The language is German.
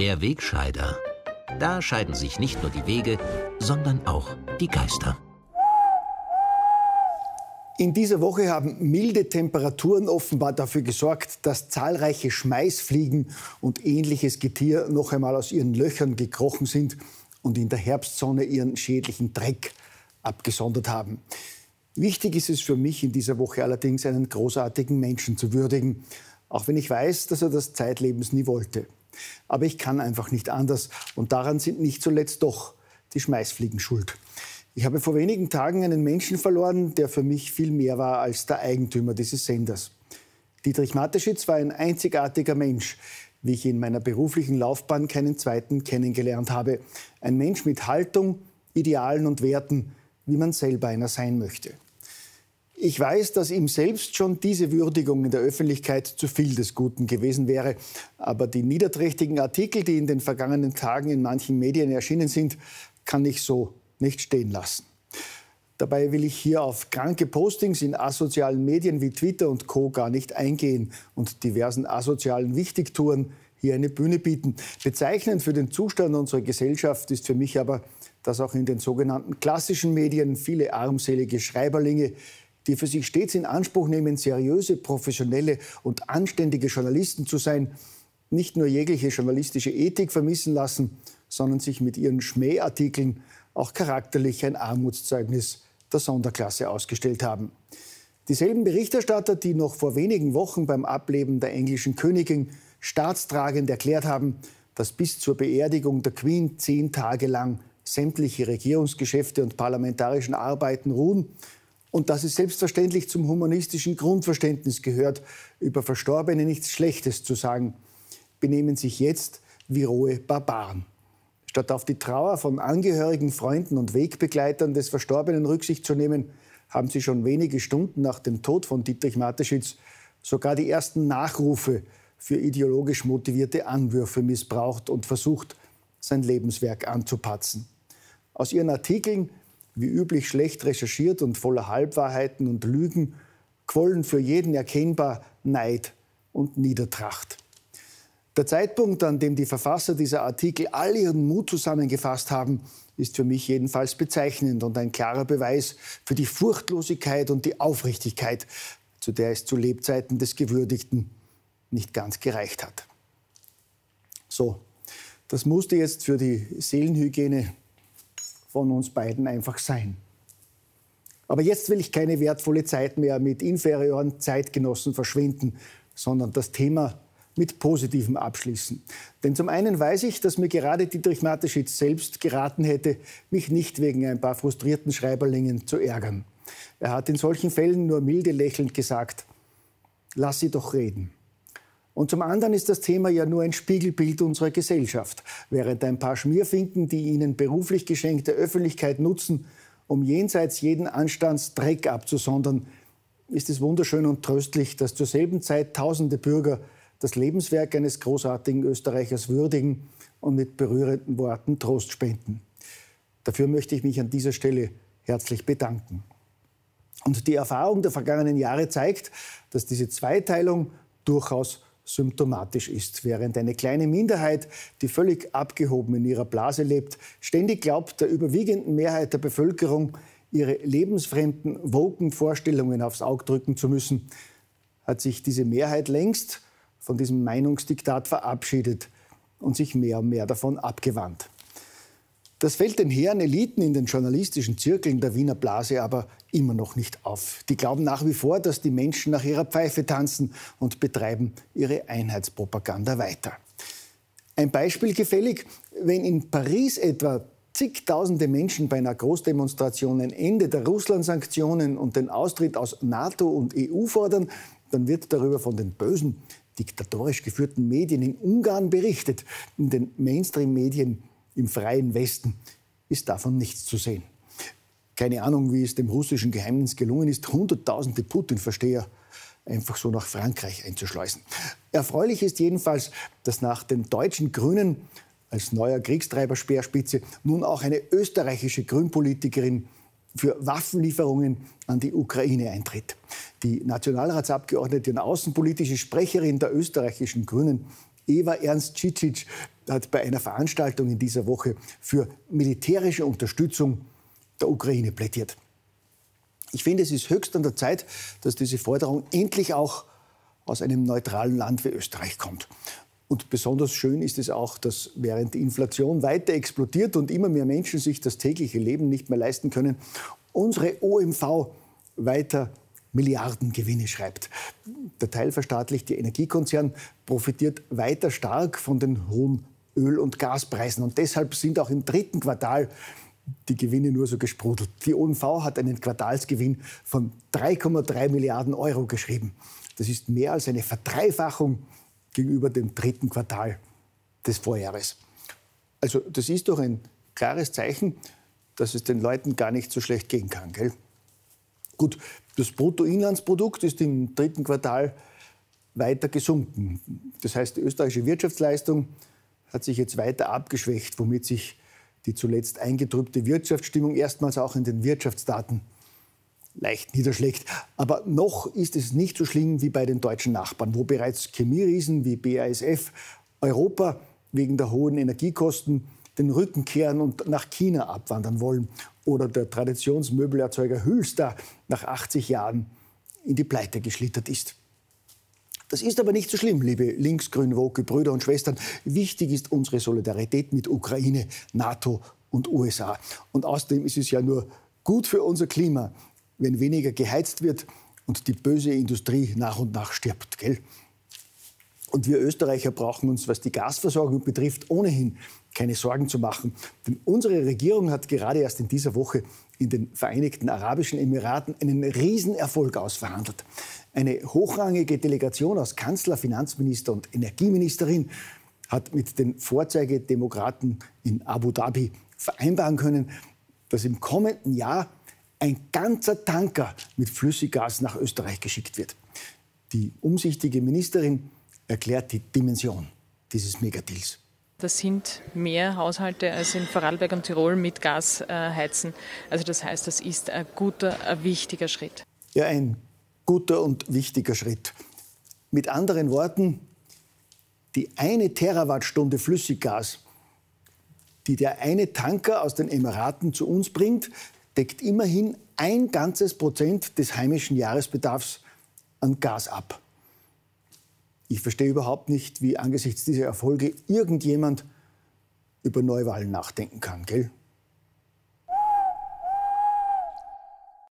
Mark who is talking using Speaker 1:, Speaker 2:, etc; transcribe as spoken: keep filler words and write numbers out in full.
Speaker 1: Der Wegscheider. Da scheiden sich nicht nur die Wege, sondern auch die Geister.
Speaker 2: In dieser Woche haben milde Temperaturen offenbar dafür gesorgt, dass zahlreiche Schmeißfliegen und ähnliches Getier noch einmal aus ihren Löchern gekrochen sind und in der Herbstsonne ihren schädlichen Dreck abgesondert haben. Wichtig ist es für mich in dieser Woche allerdings, einen großartigen Menschen zu würdigen, auch wenn ich weiß, dass er das zeitlebens nie wollte. Aber ich kann einfach nicht anders und daran sind nicht zuletzt doch die Schmeißfliegen schuld. Ich habe vor wenigen Tagen einen Menschen verloren, der für mich viel mehr war als der Eigentümer dieses Senders. Dietrich Mateschitz war ein einzigartiger Mensch, wie ich in meiner beruflichen Laufbahn keinen zweiten kennengelernt habe. Ein Mensch mit Haltung, Idealen und Werten, wie man selber einer sein möchte. Ich weiß, dass ihm selbst schon diese Würdigung in der Öffentlichkeit zu viel des Guten gewesen wäre. Aber die niederträchtigen Artikel, die in den vergangenen Tagen in manchen Medien erschienen sind, kann ich so nicht stehen lassen. Dabei will ich hier auf kranke Postings in asozialen Medien wie Twitter und Co. gar nicht eingehen und diversen asozialen Wichtigtouren hier eine Bühne bieten. Bezeichnend für den Zustand unserer Gesellschaft ist für mich aber, dass auch in den sogenannten klassischen Medien viele armselige Schreiberlinge, die für sich stets in Anspruch nehmen, seriöse, professionelle und anständige Journalisten zu sein, nicht nur jegliche journalistische Ethik vermissen lassen, sondern sich mit ihren Schmähartikeln auch charakterlich ein Armutszeugnis der Sonderklasse ausgestellt haben. Dieselben Berichterstatter, die noch vor wenigen Wochen beim Ableben der englischen Königin staatstragend erklärt haben, dass bis zur Beerdigung der Queen zehn Tage lang sämtliche Regierungsgeschäfte und parlamentarischen Arbeiten ruhen und dass es selbstverständlich zum humanistischen Grundverständnis gehört, über Verstorbene nichts Schlechtes zu sagen, benehmen sich jetzt wie rohe Barbaren. Statt auf die Trauer von Angehörigen, Freunden und Wegbegleitern des Verstorbenen Rücksicht zu nehmen, haben sie schon wenige Stunden nach dem Tod von Dietrich Mateschitz sogar die ersten Nachrufe für ideologisch motivierte Anwürfe missbraucht und versucht, sein Lebenswerk anzupatzen. Aus ihren Artikeln, wie üblich schlecht recherchiert und voller Halbwahrheiten und Lügen, quollen für jeden erkennbar Neid und Niedertracht. Der Zeitpunkt, an dem die Verfasser dieser Artikel all ihren Mut zusammengefasst haben, ist für mich jedenfalls bezeichnend und ein klarer Beweis für die Furchtlosigkeit und die Aufrichtigkeit, zu der es zu Lebzeiten des Gewürdigten nicht ganz gereicht hat. So, das musste jetzt für die Seelenhygiene von uns beiden einfach sein. Aber jetzt will ich keine wertvolle Zeit mehr mit inferioren Zeitgenossen verschwenden, sondern das Thema mit Positivem abschließen. Denn zum einen weiß ich, dass mir gerade Dietrich Mateschitz selbst geraten hätte, mich nicht wegen ein paar frustrierten Schreiberlingen zu ärgern. Er hat in solchen Fällen nur milde lächelnd gesagt, lass sie doch reden. Und zum anderen ist das Thema ja nur ein Spiegelbild unserer Gesellschaft, während ein paar Schmierfinken die ihnen beruflich geschenkte Öffentlichkeit nutzen, um jenseits jeden Anstands Dreck abzusondern, ist es wunderschön und tröstlich, dass zur selben Zeit tausende Bürger das Lebenswerk eines großartigen Österreichers würdigen und mit berührenden Worten Trost spenden. Dafür möchte ich mich an dieser Stelle herzlich bedanken. Und die Erfahrung der vergangenen Jahre zeigt, dass diese Zweiteilung durchaus symptomatisch ist. Während eine kleine Minderheit, die völlig abgehoben in ihrer Blase lebt, ständig glaubt, der überwiegenden Mehrheit der Bevölkerung ihre lebensfremden, woken Vorstellungen aufs Auge drücken zu müssen, hat sich diese Mehrheit längst von diesem Meinungsdiktat verabschiedet und sich mehr und mehr davon abgewandt. Das fällt den hehren Eliten in den journalistischen Zirkeln der Wiener Blase aber immer noch nicht auf. Die glauben nach wie vor, dass die Menschen nach ihrer Pfeife tanzen und betreiben ihre Einheitspropaganda weiter. Ein Beispiel gefällig, wenn in Paris etwa zigtausende Menschen bei einer Großdemonstration ein Ende der Russland-Sanktionen und den Austritt aus NATO und E U fordern, dann wird darüber von den bösen, diktatorisch geführten Medien in Ungarn berichtet. In den Mainstream-Medien im freien Westen ist davon nichts zu sehen. Keine Ahnung, wie es dem russischen Geheimdienst gelungen ist, hunderttausende Putin-Versteher einfach so nach Frankreich einzuschleusen. Erfreulich ist jedenfalls, dass nach den deutschen Grünen als neuer Kriegstreiber-Speerspitze nun auch eine österreichische Grünpolitikerin für Waffenlieferungen an die Ukraine eintritt. Die Nationalratsabgeordnete und außenpolitische Sprecherin der österreichischen Grünen, Eva Ernst-Cicic hat bei einer Veranstaltung in dieser Woche für militärische Unterstützung der Ukraine plädiert. Ich finde, es ist höchst an der Zeit, dass diese Forderung endlich auch aus einem neutralen Land wie Österreich kommt. Und besonders schön ist es auch, dass während die Inflation weiter explodiert und immer mehr Menschen sich das tägliche Leben nicht mehr leisten können, unsere O M V weiter Milliardengewinne schreibt. Der teilverstaatlichte Energiekonzern profitiert weiter stark von den hohen Öl- und Gaspreisen. Und deshalb sind auch im dritten Quartal die Gewinne nur so gesprudelt. Die O M V hat einen Quartalsgewinn von drei Komma drei Milliarden Euro geschrieben. Das ist mehr als eine Verdreifachung gegenüber dem dritten Quartal des Vorjahres. Also das ist doch ein klares Zeichen, dass es den Leuten gar nicht so schlecht gehen kann, gell? Gut, das Bruttoinlandsprodukt ist im dritten Quartal weiter gesunken. Das heißt, die österreichische Wirtschaftsleistung hat sich jetzt weiter abgeschwächt, womit sich die zuletzt eingetrübte Wirtschaftsstimmung erstmals auch in den Wirtschaftsdaten leicht niederschlägt. Aber noch ist es nicht so schlimm wie bei den deutschen Nachbarn, wo bereits Chemieriesen wie B A S F Europa wegen der hohen Energiekosten den Rücken kehren und nach China abwandern wollen. Oder der Traditionsmöbelerzeuger Hülster nach achtzig Jahren in die Pleite geschlittert ist. Das ist aber nicht so schlimm, liebe linksgrün-woke Brüder und Schwestern. Wichtig ist unsere Solidarität mit Ukraine, NATO und U S A. Und außerdem ist es ja nur gut für unser Klima, wenn weniger geheizt wird und die böse Industrie nach und nach stirbt, gell? Und wir Österreicher brauchen uns, was die Gasversorgung betrifft, ohnehin keine Sorgen zu machen. Denn unsere Regierung hat gerade erst in dieser Woche in den Vereinigten Arabischen Emiraten einen Riesenerfolg ausverhandelt. Eine hochrangige Delegation aus Kanzler, Finanzminister und Energieministerin hat mit den Vorzeigedemokraten in Abu Dhabi vereinbaren können, dass im kommenden Jahr ein ganzer Tanker mit Flüssiggas nach Österreich geschickt wird. Die umsichtige Ministerin erklärt die Dimension dieses Megadeals.
Speaker 3: Das sind mehr Haushalte als in Vorarlberg und Tirol mit Gas äh, heizen. Also das heißt, das ist ein guter, ein wichtiger Schritt.
Speaker 2: Ja, ein guter und wichtiger Schritt. Mit anderen Worten, die eine Terawattstunde Flüssiggas, die der eine Tanker aus den Emiraten zu uns bringt, deckt immerhin ein ganzes Prozent des heimischen Jahresbedarfs an Gas ab. Ich verstehe überhaupt nicht, wie angesichts dieser Erfolge irgendjemand über Neuwahlen nachdenken kann, gell?